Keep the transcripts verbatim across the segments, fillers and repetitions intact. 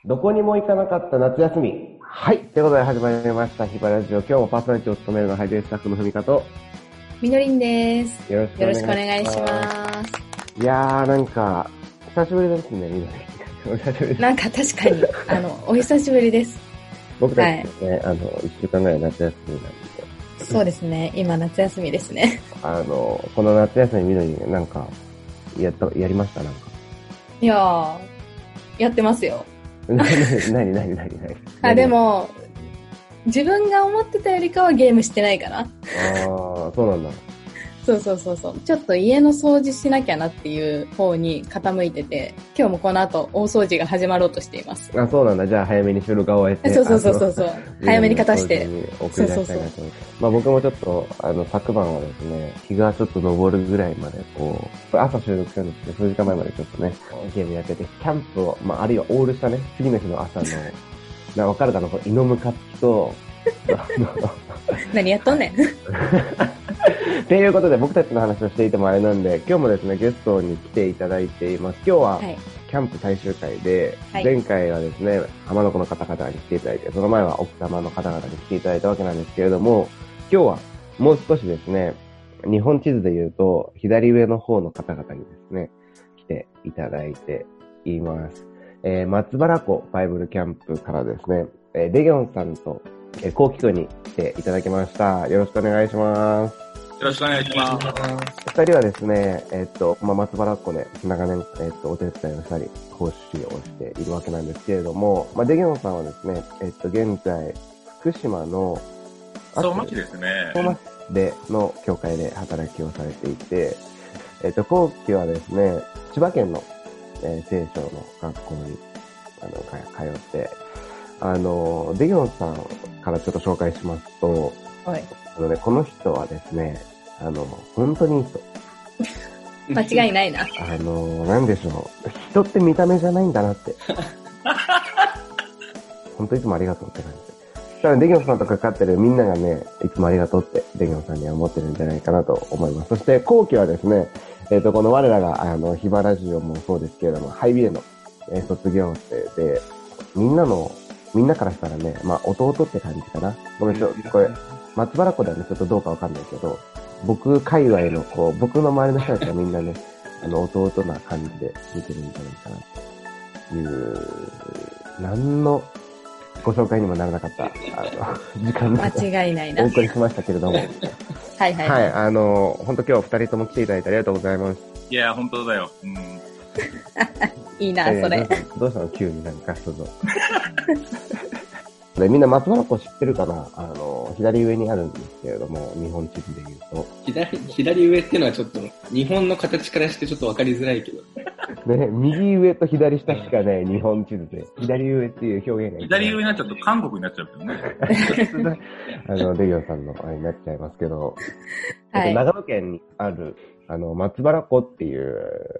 どこにも行かなかった夏休み。はい。ということで始まりました、ヒバラジオ。今日もパーソナリティを務めるのはハイデースタッフのふみかと、 みのりんです。 よろしくお願いします。 よろしくお願いします。 いやー、なんか、久しぶりですね、みのりん。お久しぶりです。 なんか確かに、あの、お久しぶりです。 僕たちですね、はい、あの、一週間ぐらい夏休みなんで。 そうですね、今夏休みですね。 あの、この夏休みみのりん、なんか、やっと、やりましたなんか。 いやー、やってますよ。 なになになになにあ、でも、自分が思ってたよりかはゲームしてないかな。 ああ、そうなんだ。 そうそうそうそう。ちょっと家の掃除しなきゃなっていう方に傾いてて、今日もこの後大掃除が始まろうとしています。 あ、そうなんだ。じゃあ早めに収録が終えて。 そうそうそうそうそう。早めに片して。 送り出したいなと思います。まあ僕もちょっと、あの、昨晩はですね、日がちょっと昇るぐらいまで、こう、朝収録したんですけど、数時間前までちょっとね、ゲームやってて、キャンプを、まああるいはオールしたね、次の日の朝の、な、わかるかな、このイノムカッチと、 何やっとんねん。 ということで僕たちの話をしていてもあれなんで、今日もですね、ゲストに来ていただいています。今日は、キャンプ最終回で、はい、前回はですね、浜名湖の方々に来ていただいて、その前は奥多摩の方々に来ていただいたわけなんですけれども、今日はもう少しですね、日本地図で言うと、左上の方の方々にですね、来ていただいています。えー、松原湖バイブルキャンプからですね、えー、レギョンさんと、えー、コウキくんに来ていただきました。よろしくお願いします。 よろしくお願いします。 二人はですね、えっと、まあ、松原湖で長年、えっと、お手伝いをしたり、講師をしているわけなんですけれども、まあ、デゲノンさんはですね、えっと、現在、福島の、 相馬市ですね。 相馬市での教会で働きをされていて、えっと、後期はですね、千葉県の、えー、聖書の学校に、あの、通って、あの、デゲノンさんからちょっと紹介しますと、 はい。 あのね、この人はですね、あの、本当にいい人。 間違いないな。 あの、なんでしょう。人って見た目じゃないんだなって。本当いつもありがとうって感じ。ただ、デギョンさんとかかってるみんながね、いつもありがとうってデギョンさんには思ってるんじゃないかなと思います。そして、後期はですね、えっと、この我らが、あの、ヒバラジオもそうですけれども、ハイビエの、えー、卒業生で、みんなの、みんなからしたらね、まあ、弟って感じかな。ごめん、ちょ、これ、松原湖ではね、ちょっとどうかわかんないけど、僕界隈の、こう、僕の周りの人たちはみんなね、あの、弟な感じで見てるんじゃないかな、という、何のご紹介にもならなかった、あの、時間で間違いないな。 お送りしましたけれども。 はいはい。 はい、あの、本当今日二人とも来ていただいてありがとうございます。 いや、本当だよ。うん。 いいな、それ。 どうしたの急になんか、ちょっと。で、みんな松原湖知ってるかな？あの、左上にあるんですけれども、日本地図で言うと。 左、左上っていうのはちょっと、日本の形からしてちょっとわかりづらいけど。 ね、右上と左下しかね、日本地図で。左上っていう表現が。 左上になっちゃうと韓国になっちゃうけどね。 あの、デギョンさんのあれになっちゃいますけど、 はい、 長野県にある、あの、松原湖っていう、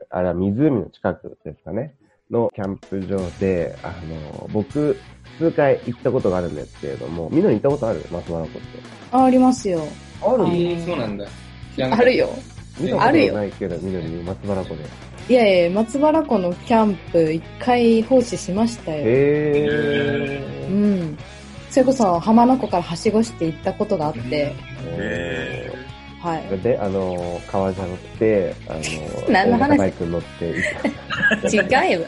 あれは湖の近くですかね、のキャンプ場で、あの、僕、数回行ったことがあるんですけれども、みんなに行ったことある？松原湖って。 あ、ありますよ。 あるの？そうなんだ。 あるよ。 見たことないけど、みんなに松原湖で。 いやいや、松原湖のキャンプ一回奉仕しましたよ。 へー。 うん。それこそ浜名湖からはしごして行ったことがあって。 へー。はい。 で、あの、革ジャン着て、あの、 何の話？ バイク乗って行った。違うよ。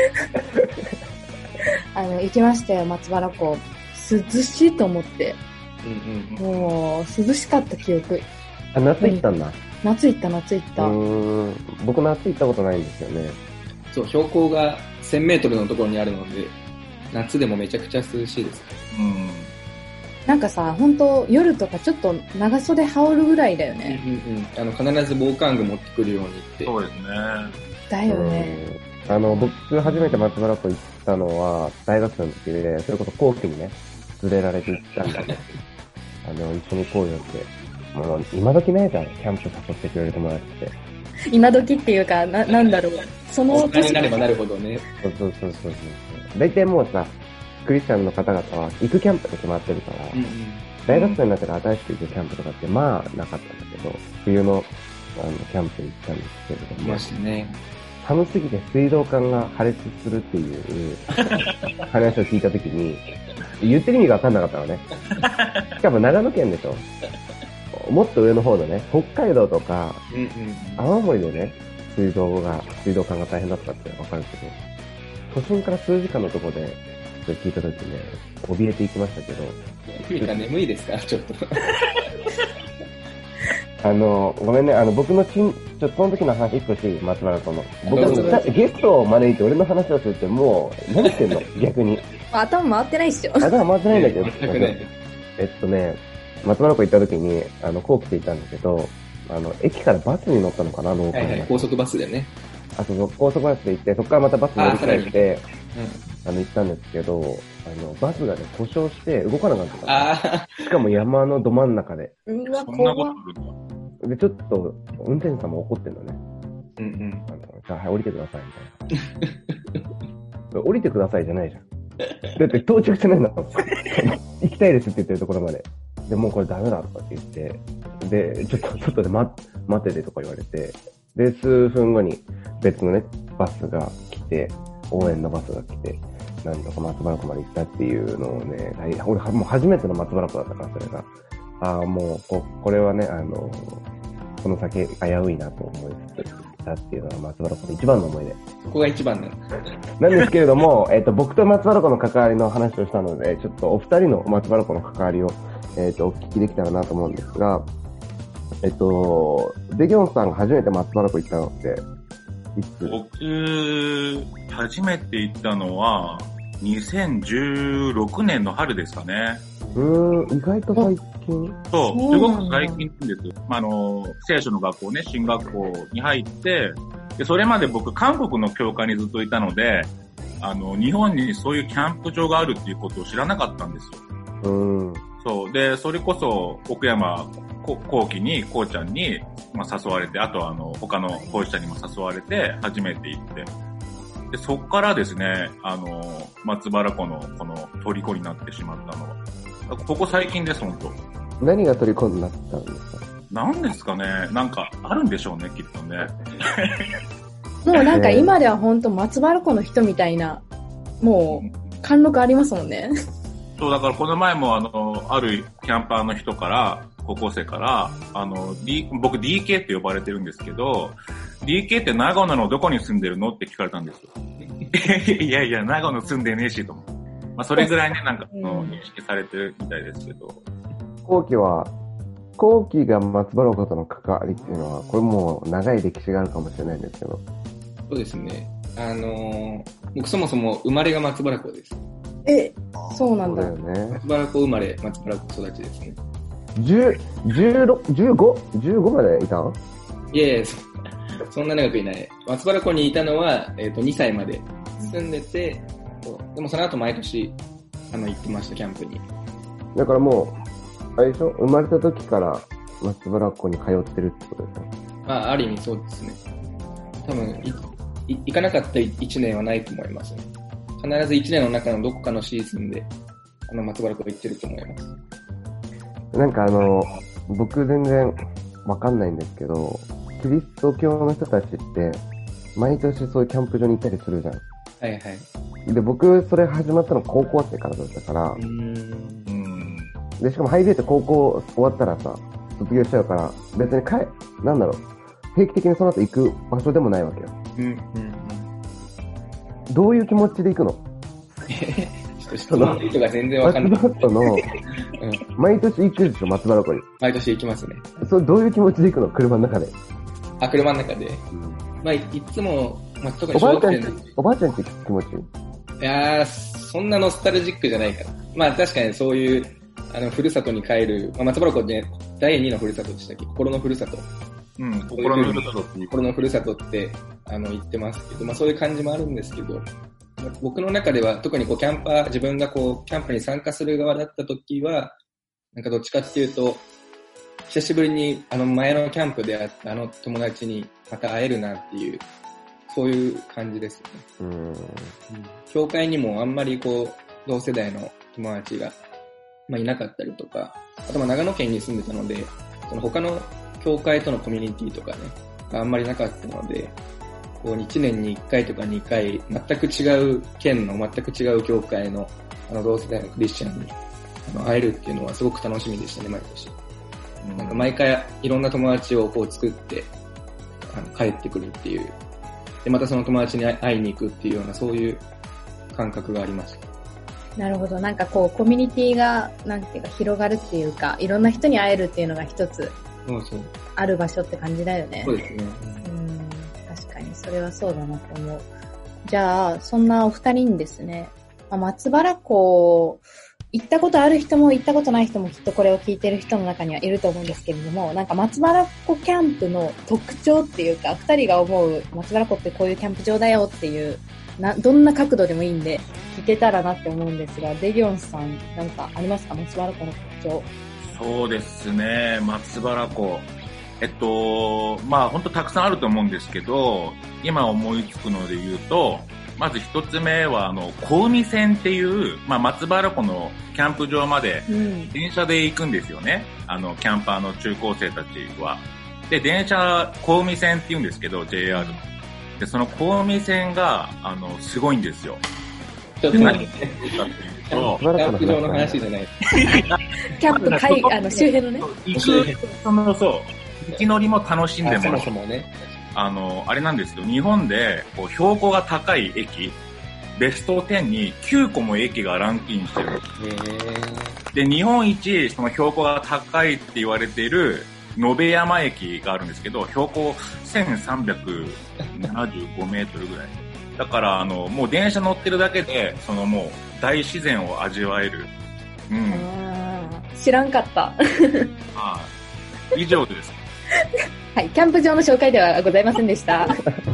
あの、行きましたよ、松原湖。涼しいと思って。うんうん、もう、涼しかった記憶。 あ、夏行ったんだ。 夏行った、夏行った。 うーん。僕夏行ったことないんですよね。 そう、標高がせんメートルのところにあるので、夏でもめちゃくちゃ涼しいです。 うん。 なんかさ、ほんと夜とかちょっと長袖羽織るぐらいだよね。 うんうん。あの、必ず防寒具持ってくるようにって。 そうですね。 だよね。 あの、僕初めて松原湖行ったのは大学生の時で、それこそ後期にね、連れられて行ったんだね。あの、一緒に行こうよって。もう、今時ないじゃん、キャンプ誘ってくれる友達って。 今時っていうか、な、なんだろう。その年になればなるほどね。 そうそうそうそうそう。大体もうさ、クリスチャンの方々は行くキャンプが決まってるから、うんうん、大学生になってから新しく行くキャンプとかってまあなかったんだけど、冬のあのキャンプに行ったんですけれども。 ましたね。 寒すぎて水道管が破裂するっていう話を聞いたときに、言ってる意味が分かんなかったのね。しかも長野県でしょ。もっと上の方のね、北海道とか、 うんうん、 青森でね、水道が、水道管が大変だったって分かるけど、都心から数時間のところで、聞いたときね、怯えていきましたけど。 みんな眠いですかちょっと。 あの、ごめんね、あの、僕のちん、ちょっとその時の話一個していい松原との。僕のゲストを招いて俺の話をするってもう、何してんの逆に。 頭回ってないっしょ。 頭回ってないんだけど。 全くない。 えっとね、松原湖行った時に、あの、こう来ていたんだけど、あの、駅からバスに乗ったのかな、ローカルはいはい、高速バスでね。 あと、高速バスで行って、そこからまたバス乗り換えて、 うん、 あの、行ったんですけど、あの、バスがね、故障して動かなかったから、 あしかも山のど真ん中で。 うわ、 そんなこと怖っ。 あるんだ。 で、ちょっと、運転手さんも怒ってんのね。 うんうん。 あの、じゃあ、はい、降りてください、みたいな。降りてくださいじゃないじゃん。だって到着してないんだもん。行きたいですって言ってるところまで。で、もうこれダメだとかって言って、で、ちょっと外で待、待っててとか言われて、で、数分後に別のね、バスが来て、応援のバスが来て、なんとか松原湖まで行ったっていうのをね、俺もう初めての松原湖だったから、それが。ああ、もうこ、これはね、あの、この先危ういなと思いつつたっていうのが松原湖の一番の思い出。 ここが一番なの。 なんですけれども、えっと、僕と松原湖の関わりの話をしたので、ちょっとお二人の松原湖の関わりを、えっと、お聞きできたらなと思うんですが、えっと、デギョンさんが初めて松原湖行ったのって、いつ？ 僕、初めて行ったのは、にせんじゅうろくねんの春ですかね。 うーん、意外と最近。 そう、すそうなんだごく最近ですよ。まあ、あの、聖書の学校ね、進学校に入って、で、それまで僕、韓国の教会にずっといたので、あの、日本にそういうキャンプ場があるっていうことを知らなかったんですよ。 うーん。 そう。で、それこそ、奥山こ後期に、こうちゃんに、まあ、誘われて、あとはあの、他の講師者にも誘われて、初めて行って。で、そっからですね、あの、松原湖のこの虜になってしまったのは。ここ最近です、本当。 何が虜になったんですか？ なんですかね、なんかあるんでしょうね、きっとね。 もうなんか今では本当松原湖の人みたいな、もう貫禄ありますもんね。 そう、だからこの前もあの、あるキャンパーの人から、高校生から、あの、D、僕 ディーケー って呼ばれてるんですけど、ディーケー って長野のどこに住んでるのって聞かれたんですよ。いやいや、長野住んでねえしと思う。まあ、それぐらいね、なんか、認識されてるみたいですけど。 後期は、後期が松原湖との関わりっていうのは、これもう長い歴史があるかもしれないんですけど。 そうですね。あのー、僕そもそも生まれが松原湖です。 え、そうなんだ。 そうだよね。 松原湖生まれ、松原湖育ちですね。 じゅう、じゅうろく、じゅうご、じゅうごまでいたん？ いやいや、そ, そんな長くいない。松原湖にいたのは、えっと、にさいまで住んでて、でもその後毎年、あの、行ってました、キャンプに。 だからもう、あれでしょ？生まれた時から松原湖に通ってるってことですか？ まあ、ある意味そうですね。多分、い、い行かなかったいちねんはないと思いますね。必ずいちねんの中のどこかのシーズンで、あの、松原湖行ってると思います。 なんかあの、僕全然わかんないんですけど、キリスト教の人たちって、毎年そういうキャンプ場に行ったりするじゃん。 はいはい。 で、僕、それ始まったの高校生からだったから、 うーん。 で、しかもハイビューって高校終わったらさ、卒業しちゃうから、別に帰、なんだろう、定期的にその後行く場所でもないわけよ。 うんうんうん。 どういう気持ちで行くの？ ちょっと質問の意図が全然わかんない。 松原湖の、 うん、 毎年行くでしょ、松原湖に。 毎年行きますね。 それどういう気持ちで行くの？車の中で。 あ、車の中で。 うん、 まあ、いいつも、まあ、特におば小学生のあちゃんち、おばあちゃんち気持ちいやー、そんなノスタルジックじゃないから。まあ確かにそういう、あの、ふるさとに帰る、まあ、松原湖でだいにのふるさとでしたっけ？心のふるさと。 うん、心のふるさとっていう。 心のふるさとって、あの、言ってますけど、まあそういう感じもあるんですけど、僕の中では特にこうキャンパー、自分がこうキャンプに参加する側だった時は、なんかどっちかっていうと、久しぶりにあの前のキャンプで会ったあの友達にまた会えるなっていう、そういう感じですよね。うん。教会にもあんまりこう、同世代の友達が、まあいなかったりとか、あとまあ長野県に住んでたので、その他の教会とのコミュニティとかね、あんまりなかったので、 こういちねんにいっかいとかにかい、全く違う県の、全く違う教会の、あの、同世代のクリスチャンにあの会えるっていうのはすごく楽しみでしたね、毎年。なんか毎回いろんな友達をこう作って、あの帰ってくるっていう。で、またその友達に会いに行くっていうような、そういう感覚がありました。 なるほど。なんかこう、コミュニティが、なんていうか広がるっていうか、いろんな人に会えるっていうのが一つ、 そうそう。 ある場所って感じだよね。 そうですね。 うん、確かにそれはそうだなと思う。じゃあ、そんなお二人にですね、まあ、松原湖、行ったことある人も行ったことない人もきっとこれを聞いてる人の中にはいると思うんですけれども、なんか松原湖キャンプの特徴っていうか、二人が思う松原湖ってこういうキャンプ場だよっていう、な、どんな角度でもいいんで、聞けたらなって思うんですが、デギョンさん、なんかありますか、松原湖の特徴。 そうですね、松原湖。えっと、まあ本当たくさんあると思うんですけど、今思いつくので言うと、まず一つ目は、あの、小海線っていう、まあ松原湖のキャンプ場まで、電車で行くんですよね。うん、あの、キャンパーの中高生たちは。で、電車、小海線って言うんですけど、ジェイアール の。で、その小海線が、あの、すごいんですよ。 ちょっと何言ってるかっていうと、キャンプ場の話じゃない。 キャンプの海、あの、周辺のね。 行く、その、そう。道のりも楽しんでもらう。 そもそもね。 あの、あれなんですよ。日本で、こう、標高が高い駅、ベストじゅうにきゅうこも駅がランクインしてる。で、日本一、その標高が高いって言われている、野辺山駅があるんですけど、標高せんさんびゃくななじゅうごメートルぐらい。だから、あの、もう電車乗ってるだけで、そのもう、大自然を味わえる。うん。 知らんかった。 はい。以上です。 はい、キャンプ場の紹介ではございませんでした。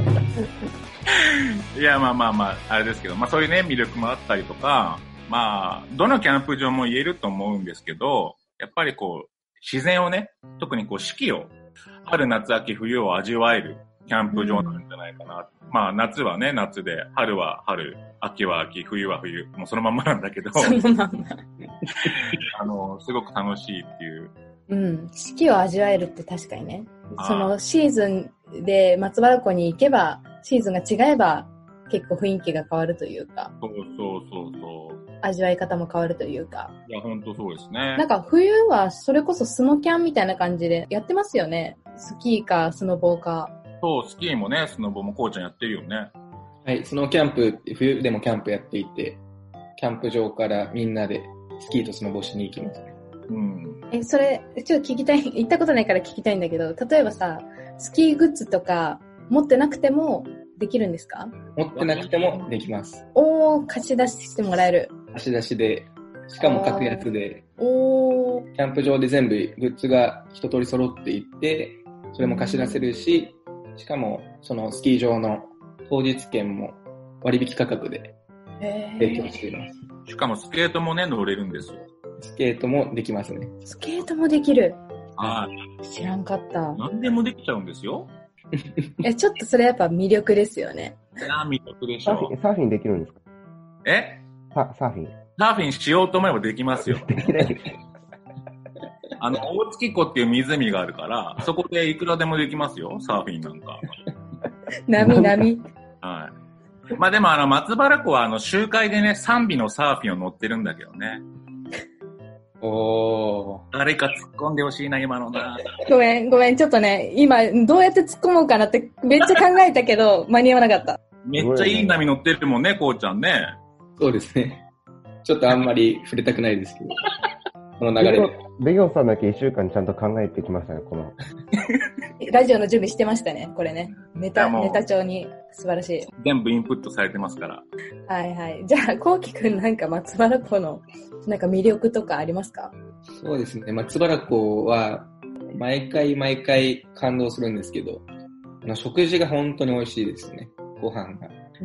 いや、まあまあまあ、あれですけど、まあそういうね、魅力もあったりとか、まあ、どのキャンプ場も言えると思うんですけど、やっぱりこう、自然をね、特にこう四季を、春、夏、秋、冬を味わえるキャンプ場なんじゃないかな。うん、まあ夏はね、夏で、春は春、秋は秋、冬は冬、もうそのまんまなんだけど、 そのまんま。 あの、すごく楽しいっていう。 うん、四季を味わえるって確かにね。そのシーズンで松原湖に行けば、シーズンが違えば結構雰囲気が変わるというか。 そうそうそうそう。 味わい方も変わるというか。 いや、ほんとそうですね。 なんか冬はそれこそスノキャンみたいな感じでやってますよね。スキーかスノボーか。 そう、スキーもね、スノボもこうちゃんやってるよね。 はい、スノーキャンプ、冬でもキャンプやっていて、キャンプ場からみんなでスキーとスノボしに行きますね。 うん。 え、それ、ちょっと聞きたい、行ったことないから聞きたいんだけど、例えばさ、スキーグッズとか持ってなくてもできるんですか？ 持ってなくてもできます。 おー、貸し出ししてもらえる。 貸し出しで、しかも格安で、 おー。 キャンプ場で全部グッズが一通り揃っていって、それも貸し出せるし、しかもそのスキー場の当日券も割引価格で提供しています。 しかもスケートもね、乗れるんですよ。 スケートもできますね。 スケートもできる。 はい。 知らんかった。 何でもできちゃうんですよ。 え、ちょっとそれやっぱ魅力ですよね。 いや、魅力でしょ。 サーフィン、サーフィンできるんですか？ えササーフィン。 サーフィンしようと思えばできますよ。 できない。 あの、大月湖っていう湖があるから、そこでいくらでもできますよ、サーフィンなんか。 波波。 はい。まあでもあの、松原湖はあの、集会でね、賛美のサーフィンを乗ってるんだけどね。 おー。 誰か突っ込んでほしいな、今のな。 ごめん、ごめん、ちょっとね、今、どうやって突っ込もうかなってめっちゃ考えたけど、間に合わなかった。 めっちゃいい波乗ってるもんね、こうちゃんね。 そうですね。ちょっとあんまり触れたくないですけど。この流れで。 ベギョンさんだけ一週間ちゃんと考えてきましたね、この。 ラジオの準備してましたね、これね。ネタ、ネタ帳に素晴らしい。 全部インプットされてますから。 はいはい。じゃあ、こうきくんなんか松原湖のなんか魅力とかありますか？ そうですね。松原湖は、毎回毎回感動するんですけど、食事が本当に美味しいですね。ご飯が。 うん。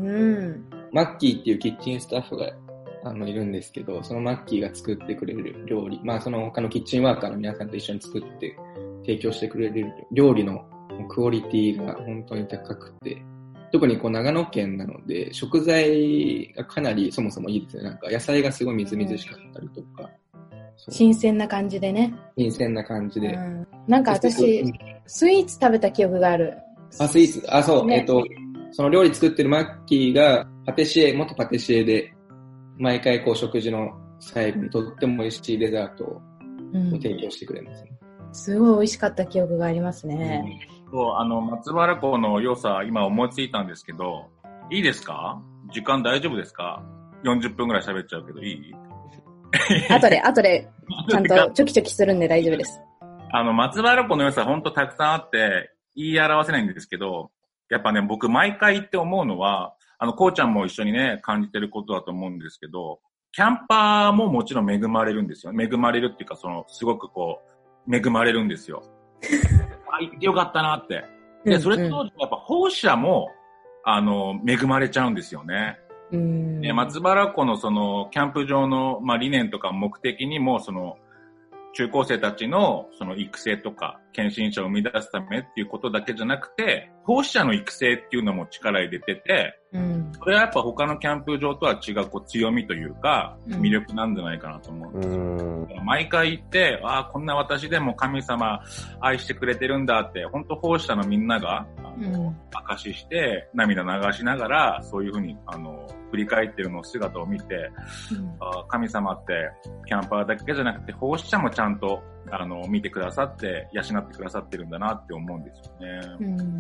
マッキーっていうキッチンスタッフがあのいるんですけど、そのマッキーが作ってくれる料理、まあその他のキッチンワーカーの皆さんと一緒に作って提供してくれる料理のクオリティが本当に高くて、特にこう長野県なので食材がかなりそもそもいいですね。なんか野菜がすごいみずみずしかったりとか。 新鮮な感じでね。 新鮮な感じで。うん、 なんか私、スイーツ食べた記憶がある。 あ、スイーツ、あ、そう、ね、えっと、 その料理作ってるマッキーがパティシエ、元パティシエで、毎回こう食事の最後にとっても美味しいデザートを提供してくれますね。 うん、すごい美味しかった記憶がありますね。 うん、そう、あの、松原湖の良さ、今思いついたんですけど、いいですか？時間大丈夫ですか？ よんじゅっ 分ぐらい喋っちゃうけど、いい？ 後で、後で、ちゃんとチョキチョキするんで大丈夫です。 あの、松原湖の良さ、ほんとたくさんあって、言い表せないんですけど、やっぱね、僕毎回言って思うのは、あの、こうちゃんも一緒にね、感じてることだと思うんですけど、キャンパーももちろん恵まれるんですよ。恵まれるっていうか、その、すごくこう、恵まれるんですよ。あ、行ってよかったなって。で、それと、やっぱ放射も、あの、恵まれちゃうんですよね。 うん、 で、松原湖のその、キャンプ場の、まあ、理念とか目的にも、その、中高生たちのその育成とか献身者を生み出すためっていうことだけじゃなくて、奉仕者の育成っていうのも力入れてて、うん、それはやっぱ他のキャンプ場とは違うこう強みというか、魅力なんじゃないかなと思うんですよ。うん、毎回言って、ああ、こんな私でも神様愛してくれてるんだって、本当奉仕者のみんなが、あの、証しして、涙流しながら、そういうふうに、あの、振り返ってるの姿を見て、うん、あ神様ってキャンパーだけじゃなくて奉仕者もちゃんとあの見てくださって養ってくださってるんだなって思うんですよね。うん、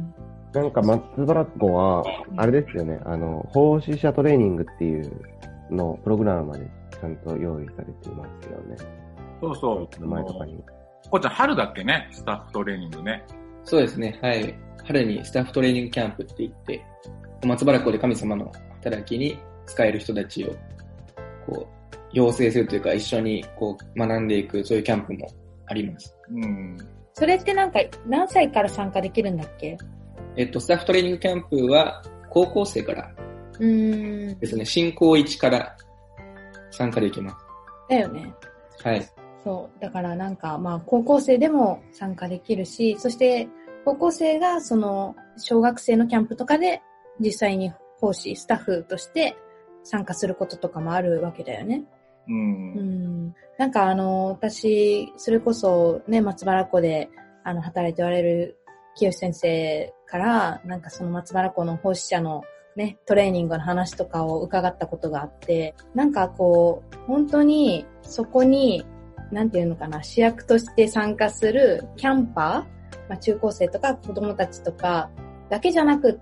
なんか松原湖はあれですよね、あの奉仕者トレーニングっていうのプログラムまでちゃんと用意されていますよね。 そうそう。 前とかに。 こっちゃん春だっけね、スタッフトレーニングね。 そうですね、はい。春にスタッフトレーニングキャンプって言って、松原湖で神様の働きに使える人たちをこう養成するというか一緒にこう学んでいくそういうキャンプもあります。 うん。それってなんか何歳から参加できるんだっけ？ えっとスタッフトレーニングキャンプは高校生からですね。新高いちから参加できます。 だよね。 はい。 そうだからなんかまあ高校生でも参加できるし、そして高校生がその小学生のキャンプとかで実際に奉仕スタッフとして参加することとかもあるわけだよね。うん。うん、なんかあの、私、それこそね、松原湖で、あの、働いておられる清先生から、なんかその松原湖の奉仕者のね、トレーニングの話とかを伺ったことがあって、なんかこう、本当にそこに、なんていうのかな、主役として参加するキャンパー、まあ中高生とか子供たちとかだけじゃなくって、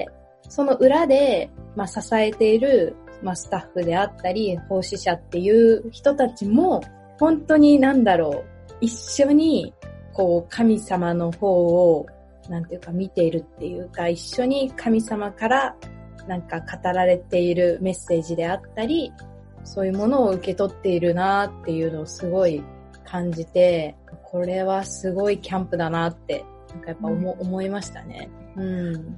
その裏で、まあ支えているまあ、スタッフであったり、奉仕者っていう人たちも、本当になんだろう、一緒に、こう、神様の方を、なんていうか見ているっていうか、一緒に神様からなんか語られているメッセージであったり、そういうものを受け取っているなっていうのをすごい感じて、これはすごいキャンプだなって、なんかやっぱ思、思いましたね。うん。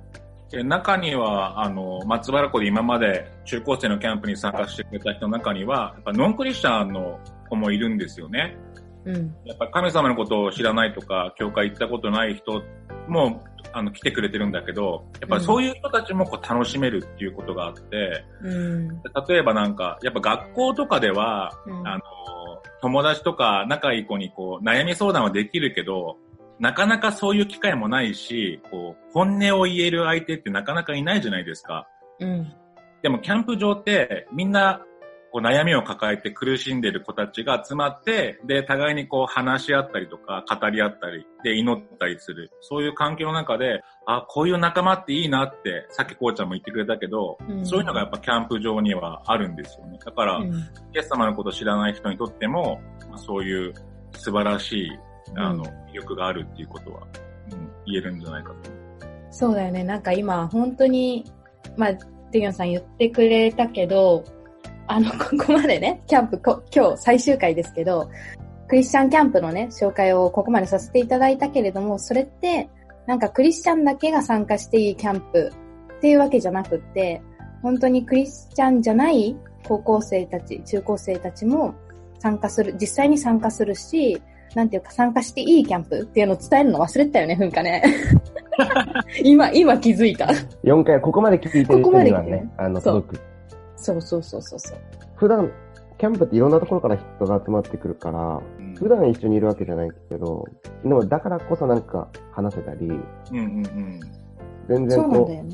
中には、あの、松原湖で今まで中高生のキャンプに参加してくれた人の中には、やっぱノンクリスチャンの子もいるんですよね。うん。やっぱ神様のことを知らないとか、教会行ったことない人も、あの、来てくれてるんだけど、やっぱりそういう人たちもこう楽しめるっていうことがあって、うん。例えばなんか、やっぱ学校とかでは、うん、あの、友達とか仲いい子にこう、悩み相談はできるけど、なかなかそういう機会もないし、こう、本音を言える相手ってなかなかいないじゃないですか。うん。でもキャンプ場ってみんなこう悩みを抱えて苦しんでる子たちが集まって、で、互いにこう話し合ったりとか語り合ったり、で、祈ったりする。そういう環境の中で、あ、こういう仲間っていいなって、さっきこうちゃんも言ってくれたけど、うん、そういうのがやっぱキャンプ場にはあるんですよね。だから、うん、イエス様のことを知らない人にとっても、そういう素晴らしいあの、魅力があるっていうことは、うん、言えるんじゃないかと。 そうだよね。なんか今、本当に、まあ、デギョンさん言ってくれたけど、あの、ここまでね、キャンプこ、今日最終回ですけど、クリスチャンキャンプのね、紹介をここまでさせていただいたけれども、それって、なんかクリスチャンだけが参加していいキャンプっていうわけじゃなくって、本当にクリスチャンじゃない高校生たち、中高生たちも参加する、実際に参加するし、なんていうか参加していいキャンプっていうのを伝えるの忘れてたよね、ふんかね。今、今気づいた。 よんかい、ここまで聞いてる人にはね、あの、届く。 そうそうそうそうそう。 普段、キャンプっていろんなところから人が集まってくるから、うん、普段一緒にいるわけじゃないけど、でもだからこそなんか話せたり、うんうんうん、全然こう、 そうなんだよね。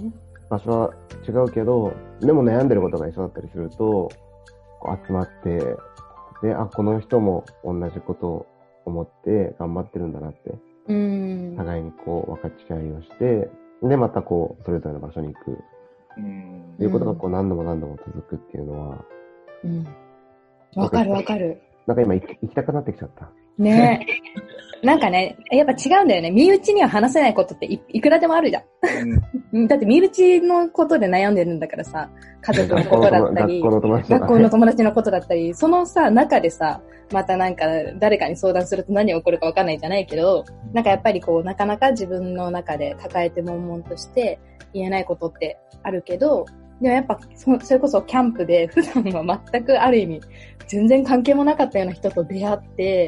場所は違うけど、でも悩んでることが一緒だったりすると、こう集まって、で、あ、この人も同じことを思って頑張ってるんだなって、 うん。 互いにこう分かち合いをして、で、またこう、それぞれの場所に行く。 うん。 っていうことがこう何度も何度も続くっていうのは。 うん。わかるわかる。 なんか今行き、行きたくなってきちゃった。 ねえ。なんかね、やっぱ違うんだよね。身内には話せないことって い, いくらでもあるじゃん。うん、だって身内のことで悩んでるんだからさ、家族のことだったり、 学校の友達とかね、 学校の友達のことだったり、そのさ、中でさ、またなんか誰かに相談すると何が起こるかわかんないじゃないけど、なんかやっぱりこう、なかなか自分の中で抱えて悶々として言えないことってあるけど、でもやっぱそ、それこそキャンプで普段は全くある意味、全然関係もなかったような人と出会って、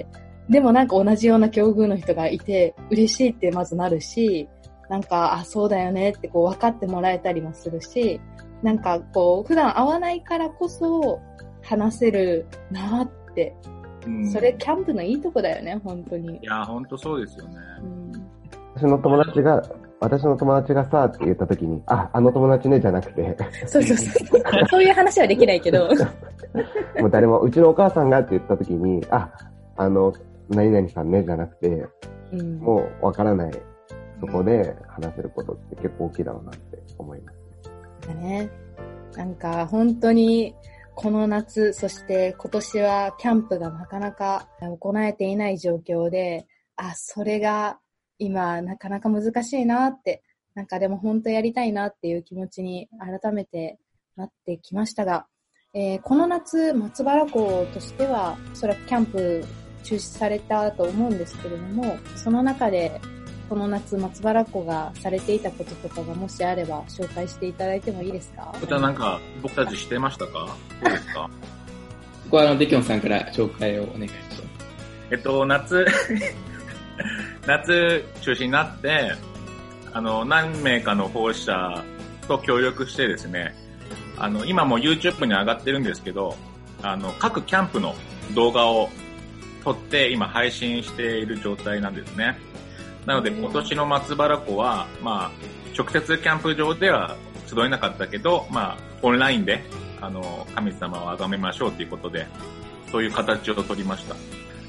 でもなんか同じような境遇の人がいて嬉しいってまずなるし、なんか、あ、そうだよねってこう分かってもらえたりもするし、なんかこう普段会わないからこそ話せるなって、うん、それキャンプのいいとこだよね、本当に。 いや、本当そうですよね。うん、 私の友達が、私の友達がさって言った時に、あ、あの友達ねじゃなくて。 そうそうそう。そういう話はできないけど。 もう誰も、うちのお母さんがって言った時に、あ、あの、何々さんねじゃなくて、うん、もうわからない。そこで話せることって結構大きいだろうなって思います。 だね。なんか本当にこの夏、そして今年はキャンプがなかなか行えていない状況で、あ、それが今なかなか難しいなって、なんかでも本当やりたいなっていう気持ちに改めてなってきましたが、えー、この夏、松原湖としてはおそらくキャンプ中止されたと思うんですけれども、その中でこの夏、松原湖がされていたこととかがもしあれば紹介していただいてもいいですか？ こちらなんか僕たちしてましたか？どうですか？ ここはあのデキョンさんから紹介をお願いします。 えっと、夏、夏中止になって、あの、何名かの保護者と協力してですね、あの、今も YouTube に上がってるんですけど、あの、各キャンプの動画を撮って今配信している状態なんですね。なので今年の松原湖は、まあ、直接キャンプ場では集えなかったけど、まあ、オンラインで、あの、神様を崇めましょうということで、そういう形を取りました。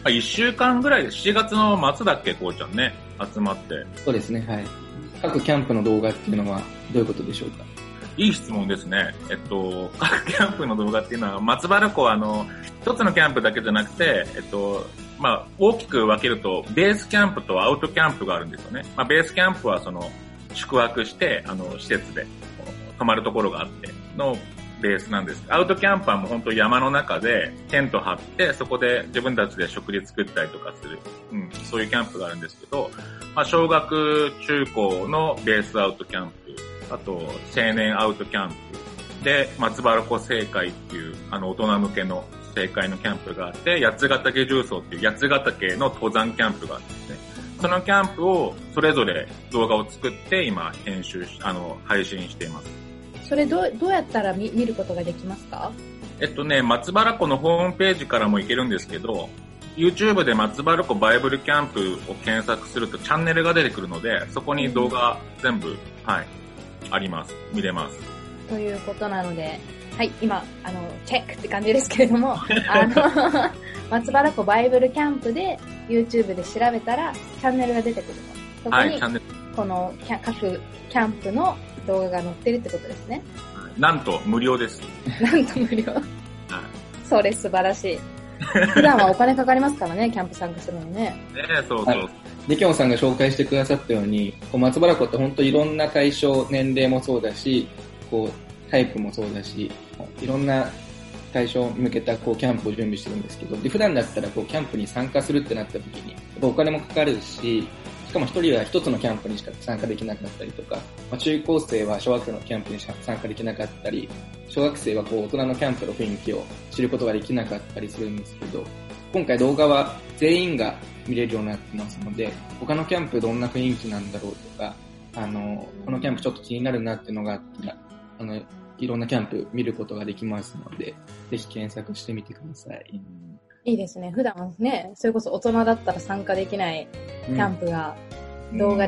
一週間ぐらいで、しちがつの末だっけ、こうちゃんね、集まって。 そうですね、はい。各キャンプの動画っていうのはどういうことでしょうか？ いい質問ですね。えっと、各キャンプの動画っていうのは、松原湖はあの、一つのキャンプだけじゃなくて、えっと、まあ、大きく分けると、ベースキャンプとアウトキャンプがあるんですよね。まあ、ベースキャンプはその、宿泊して、あの、施設で泊まるところがあってのベースなんです。アウトキャンプはもう本当山の中でテント張って、そこで自分たちで食事作ったりとかする、うん、そういうキャンプがあるんですけど、まあ、小学、中高のベースアウトキャンプ、あと、青年アウトキャンプで、松原湖正会っていう、あの、大人向けの正会のキャンプがあって、八ヶ岳重曹っていう八ヶ岳の登山キャンプがあってですね、そのキャンプをそれぞれ動画を作って今編集し、あの、配信しています。 それどう、どうやったら 見, 見ることができますか？ えっとね、松原湖のホームページからも行けるんですけど、YouTube で松原湖バイブルキャンプを検索するとチャンネルが出てくるので、そこに動画全部、はい、あります。見れます。 ということなので、はい、今、あの、チェックって感じですけれども、あの、松原湖バイブルキャンプで YouTube で調べたらチャンネルが出てくると。そこに、はい、チャンネル。この各キャンプの動画が載ってるってことですね。 なんと無料です。 なんと無料。はい、それ素晴らしい。普段はお金かかりますからね、キャンプ参加するのね。 ねえ、そうそう。 デキョンさんが紹介してくださったように、こう松原湖って本当いろんな対象、年齢もそうだし、こうタイプもそうだし、いろんな対象に向けたこうキャンプを準備してるんですけど、で普段だったらこうキャンプに参加するってなった時に、やっぱお金もかかるし、しかも一人は一つのキャンプにしか参加できなかったりとか、まあ、中高生は小学生のキャンプにしか参加できなかったり、小学生はこう大人のキャンプの雰囲気を知ることができなかったりするんですけど、今回動画は全員が見れるようになってますので、他のキャンプどんな雰囲気なんだろうとか、あの、このキャンプちょっと気になるなっていうのがあったら、あの、いろんなキャンプ見ることができますので、ぜひ検索してみてください。 いいですね。普段ね、それこそ大人だったら参加できないキャンプが動画で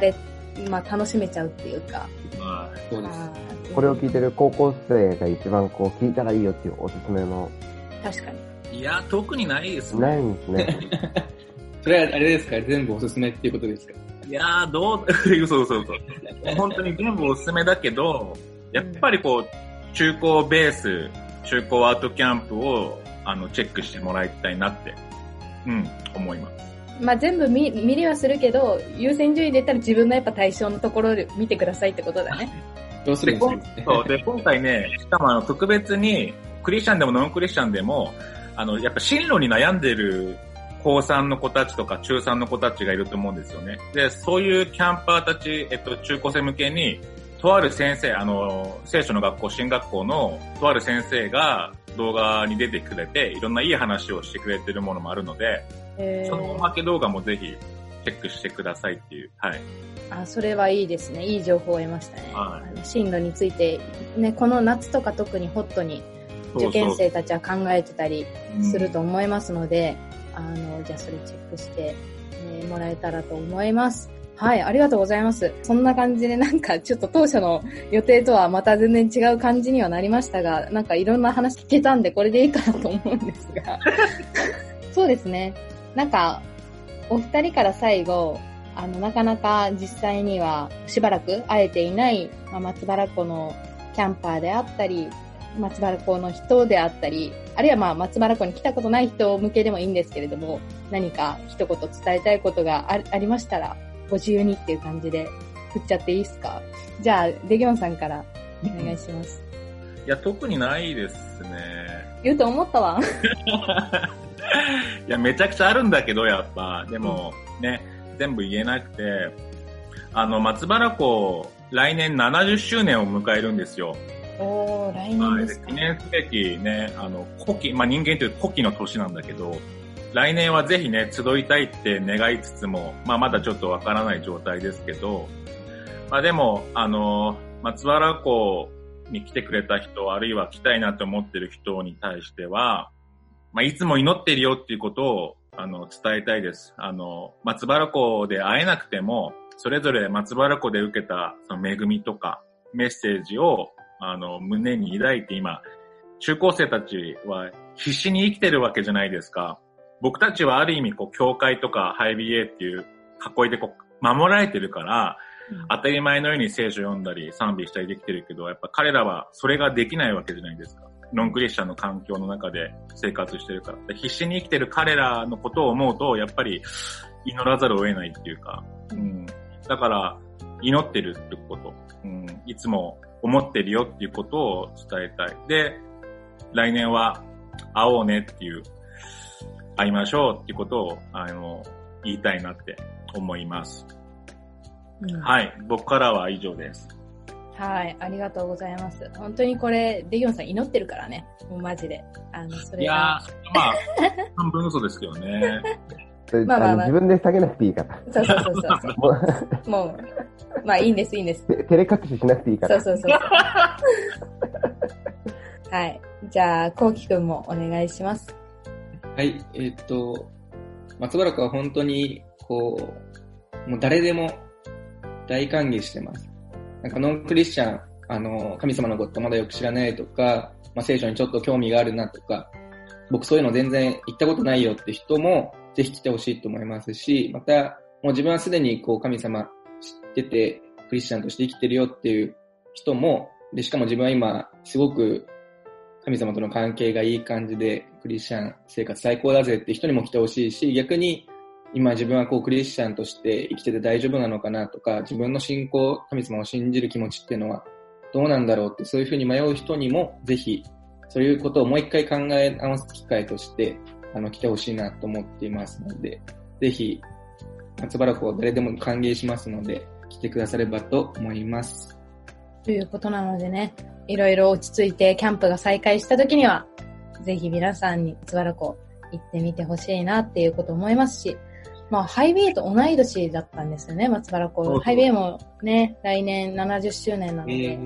まあ楽しめちゃうっていうか。 はい。 そうです。 これを聞いてる高校生が一番こう聞いたらいいよっていうおすすめの。 確かに。 いや、特にないですね。 ないんですね。 それはあれですか、全部おすすめっていうことですか？ いやー、どう、嘘嘘嘘。本当に全部おすすめだけど、やっぱりこう、中高ベース、中高アートキャンプを、あの、チェックしてもらいたいなって、うん、思います。 まあ全部見、見りはするけど、優先順位で言ったら自分のやっぱ対象のところで見てくださいってことだね。 どうするんですか？ そう。で、今回ね、しかもあの、特別に、クリスチャンでもノンクリスチャンでも、あの、やっぱ進路に悩んでる高さんの子たちとか中さんの子たちがいると思うんですよね。で、そういうキャンパーたち、えっと、中高生向けに、とある先生、あの、聖書の学校、進学校のとある先生が動画に出てくれて、いろんないい話をしてくれてるものもあるので、そのおまけ動画もぜひチェックしてくださいっていう。はい。 あ、それはいいですね。いい情報を得ましたね。 はい、 あの進路について、ね、この夏とか特にホットに受験生たちは考えてたりすると思いますので、そうそう、うん、あの、じゃあそれチェックして、ね、もらえたらと思います。はい、ありがとうございます。そんな感じでなんかちょっと当初の予定とはまた全然違う感じにはなりましたが、なんかいろんな話聞けたんでこれでいいかなと思うんですが。そうですね。なんか、お二人から最後、あの、なかなか実際にはしばらく会えていない、まあ、松原湖のキャンパーであったり、松原湖の人であったり、あるいはまあ松原湖に来たことない人向けでもいいんですけれども、何か一言伝えたいことが あ, ありましたら、ご自由にっていう感じで振っちゃっていいですか？じゃあ、デギョンさんからお願いします。 いや、特にないですね。 言うと思ったわ。 いや、めちゃくちゃあるんだけど、やっぱ。でも、うん、ね、全部言えなくて、あの、松原湖、来年ななじゅっしゅうねんを迎えるんですよ。 おー、来年ですか。 記念すべきね、あの、古希、まあ、人間という古希の年なんだけど、来年はぜひね、集いたいって願いつつも、まあ、まだちょっとわからない状態ですけど、まあ、でも、あの、松原湖に来てくれた人、あるいは来たいなと思ってる人に対しては、まあ、いつも祈ってるよっていうことを、あの、伝えたいです。あの、松原湖で会えなくても、それぞれ松原湖で受けたその恵みとかメッセージを、あの、胸に抱いて今、中高生たちは必死に生きてるわけじゃないですか。僕たちはある意味、こう、教会とかハイビーエーっていう囲いでこう、守られてるから、うん、当たり前のように聖書読んだり賛美したりできてるけど、やっぱ彼らはそれができないわけじゃないですか。ノンクリスチャンの環境の中で生活してるから。必死に生きてる彼らのことを思うと、やっぱり祈らざるを得ないっていうか、うん、だから祈ってるってこと、うん、いつも思ってるよっていうことを伝えたい。で、来年は会おうねっていう、会いましょうっていうことを、あの、言いたいなって思います。うん、はい、僕からは以上です。 はい、ありがとうございます。本当にこれ、デギョンさん祈ってるからね。もうマジで。あの、それが。いやー、 まあ、半分嘘ですけどね。 まあまあまあ、自分で下げなくていいから。 そうそうそうそう。もう、まあいいんです、いいんです。 照れ隠ししなくていいから。 そうそうそう。はい。じゃあ、こうきくんもお願いします。 はい、えー、っと、松原湖は本当に、こう、もう誰でも大歓迎してます。なんかノンクリスチャン、あの、神様のことまだよく知らないとか、まあ、聖書にちょっと興味があるなとか、僕そういうの全然行ったことないよって人も、ぜひ来てほしいと思いますし、また、もう自分はすでにこう神様知ってて、クリスチャンとして生きてるよっていう人も、で、しかも自分は今、すごく神様との関係がいい感じで、クリスチャン生活最高だぜって人にも来てほしいし、逆に、今自分はこうクリスチャンとして生きてて大丈夫なのかなとか、自分の信仰、神様を信じる気持ちっていうのはどうなんだろうって、そういうふうに迷う人にもぜひ、そういうことをもう一回考え直す機会として、あの、来てほしいなと思っていますので、ぜひ、松原湖を誰でも歓迎しますので、来てくださればと思います。 ということなのでね、いろいろ落ち着いてキャンプが再開した時には、ぜひ皆さんに松原湖行ってみてほしいなっていうこと思いますし、まあ、ハイビーと同い年だったんですよね、松原湖。ハイビーもね、来年ななじゅっしゅうねんなので。 えー、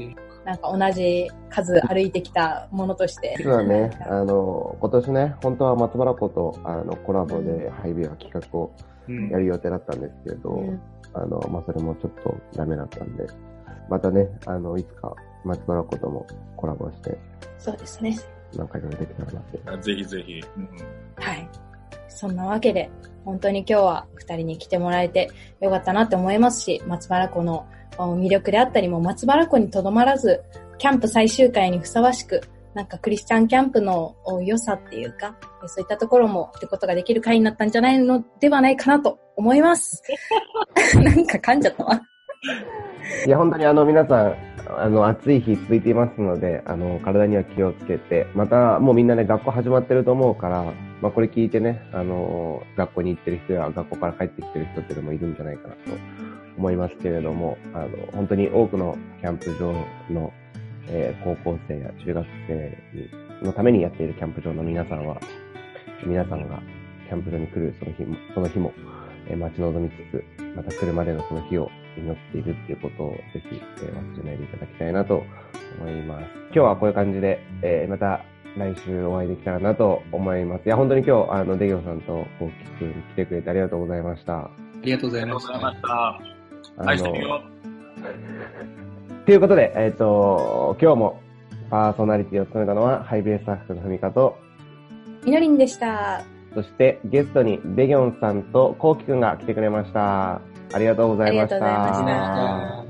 なんか同じ数歩いてきたものとして。 実はね、あの、今年ね、本当は松原湖とあのコラボでハイビーは企画をやる予定だったんですけど、うん、あの、まあ、それもちょっとダメだったんで、またね、あの、いつか松原湖ともコラボして。 そうですね。 なんかいろいろできたらなって。 ぜひぜひ。うん、 はい。そんなわけで、本当に今日は二人に来てもらえてよかったなって思いますし、松原湖の魅力であったりも、松原湖にとどまらず、キャンプ最終回にふさわしく、なんかクリスチャンキャンプの良さっていうか、そういったところもってことができる回になったんじゃないのではないかなと思います。なんか噛んじゃったわ。 いや、本当にあの皆さん、あの暑い日続いていますので、あの体には気をつけて、またもうみんなね学校始まってると思うから、まあこれ聞いてね、あの学校に行ってる人や学校から帰ってきてる人っていうのもいるんじゃないかなと思いますけれども、あの本当に多くのキャンプ場の、えー、高校生や中学生のためにやっているキャンプ場の皆さんは、皆さんがキャンプ場に来るその日もその日も、えー、待ち望みつつ、また来るまでのその日を祈っているっていうことをぜひ、えー、忘れないでいただきたいなと思います。今日はこういう感じで、えー、また来週お会いできたらなと思います。いや、本当に今日、あの、デギョさんとコウキくん来てくれてありがとうございました。 ありがとうございました。 ありがとうございました。愛してるよ。 ということで、えっと、今日もパーソナリティを務めたのは、ハイビースタッフのふみかと、 みのりんでした。 そしてゲストにデギョンさんとコウキくんが来てくれました。ありがとうございました。 ありがとうございました。